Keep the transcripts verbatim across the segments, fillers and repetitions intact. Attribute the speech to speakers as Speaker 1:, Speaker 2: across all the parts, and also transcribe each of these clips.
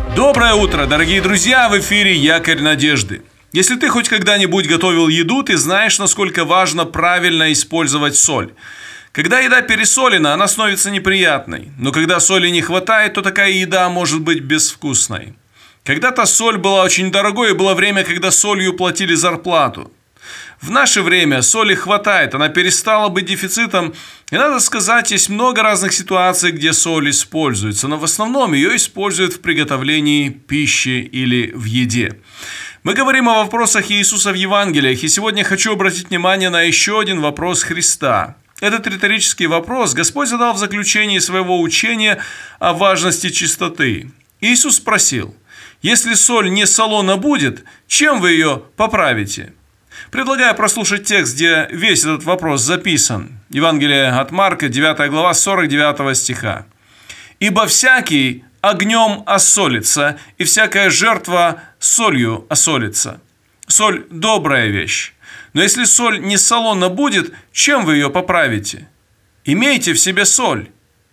Speaker 1: Доброе утро, дорогие друзья! В эфире «Якорь надежды». Если ты хоть когда-нибудь готовил еду, ты знаешь, насколько важно правильно использовать соль. Когда еда пересолена, она становится неприятной. Но когда соли не хватает, то такая еда может быть безвкусной. Когда-то соль была очень дорогой, и было время, когда солью платили зарплату. В наше время соли хватает, она перестала быть дефицитом. И надо сказать, есть много разных ситуаций, где соль используется, но в основном ее используют в приготовлении пищи или в еде. Мы говорим о вопросах Иисуса в Евангелиях, и сегодня хочу обратить внимание на еще один вопрос Христа. Этот риторический вопрос Господь задал в заключении своего учения о важности чистоты. Иисус спросил: «Если соль не солона будет, чем вы ее поправите?» Предлагаю прослушать текст, где весь этот вопрос записан. Евангелие от Марка, девятая глава, сорок девятого стиха. «Ибо всякий огнем осолится, и всякая жертва солью осолится. Соль – добрая вещь. Но если соль не солона будет, чем вы ее поправите? Имейте в себе соль,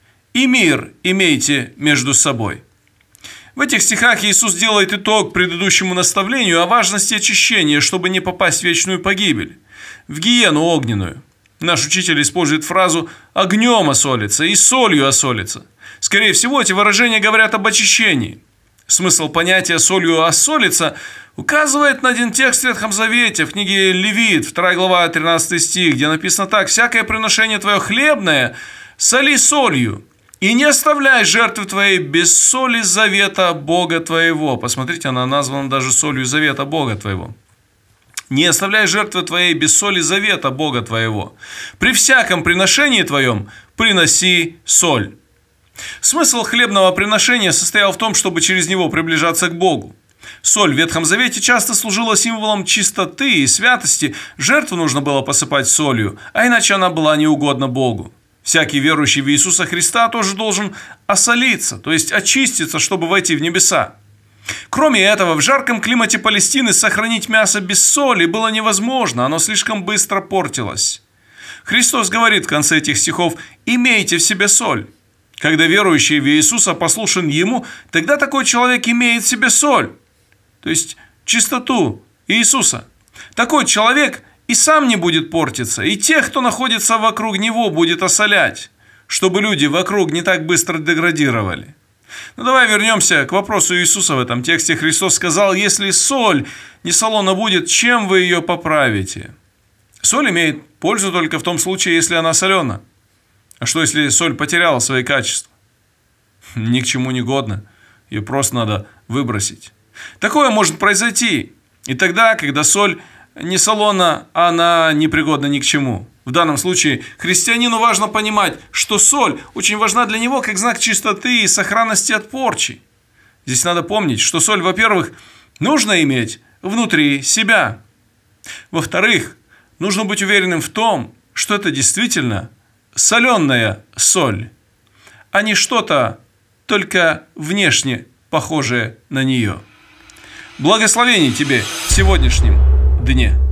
Speaker 1: и мир имейте между собой». В этих стихах Иисус делает итог предыдущему наставлению о важности очищения, чтобы не попасть в вечную погибель, в гиену огненную. Наш учитель использует фразу «огнем осолится» и «солью осолится». Скорее всего, эти выражения говорят об очищении. Смысл понятия «солью осолится» указывает на один текст в Ветхом Завете, в книге Левит, вторая глава, тринадцатый стих, где написано так: «Всякое приношение твое хлебное соли солью, и не оставляй жертвы твоей без соли завета Бога твоего». Посмотрите, она названа даже солью завета Бога твоего. «Не оставляй жертвы твоей без соли завета Бога твоего. При всяком приношении твоем приноси соль». Смысл хлебного приношения состоял в том, чтобы через него приближаться к Богу. Соль в Ветхом Завете часто служила символом чистоты и святости. Жертву нужно было посыпать солью, а иначе она была неугодна Богу. Всякий верующий в Иисуса Христа тоже должен осолиться, то есть очиститься, чтобы войти в небеса. Кроме этого, в жарком климате Палестины сохранить мясо без соли было невозможно, оно слишком быстро портилось. Христос говорит в конце этих стихов: «Имейте в себе соль». Когда верующий в Иисуса послушен Ему, тогда такой человек имеет в себе соль, то есть чистоту Иисуса. Такой человек и сам не будет портиться, и тех, кто находится вокруг него, будет осолять, чтобы люди вокруг не так быстро деградировали. Ну давай вернемся к вопросу Иисуса в этом тексте. Христос сказал: «Если соль не солона будет, чем вы ее поправите?» Соль имеет пользу только в том случае, если она солена. А что, если соль потеряла свои качества? Ни к чему не годна, ее просто надо выбросить. Такое может произойти и тогда, когда соль не солона, она непригодна ни к чему. В данном случае христианину важно понимать, что соль очень важна для него как знак чистоты и сохранности от порчи. Здесь надо помнить, что соль, во-первых, нужно иметь внутри себя. Во-вторых, нужно быть уверенным в том, что это действительно соленая соль, а не что-то только внешне похожее на нее. Благословений тебе в сегодняшнем дне.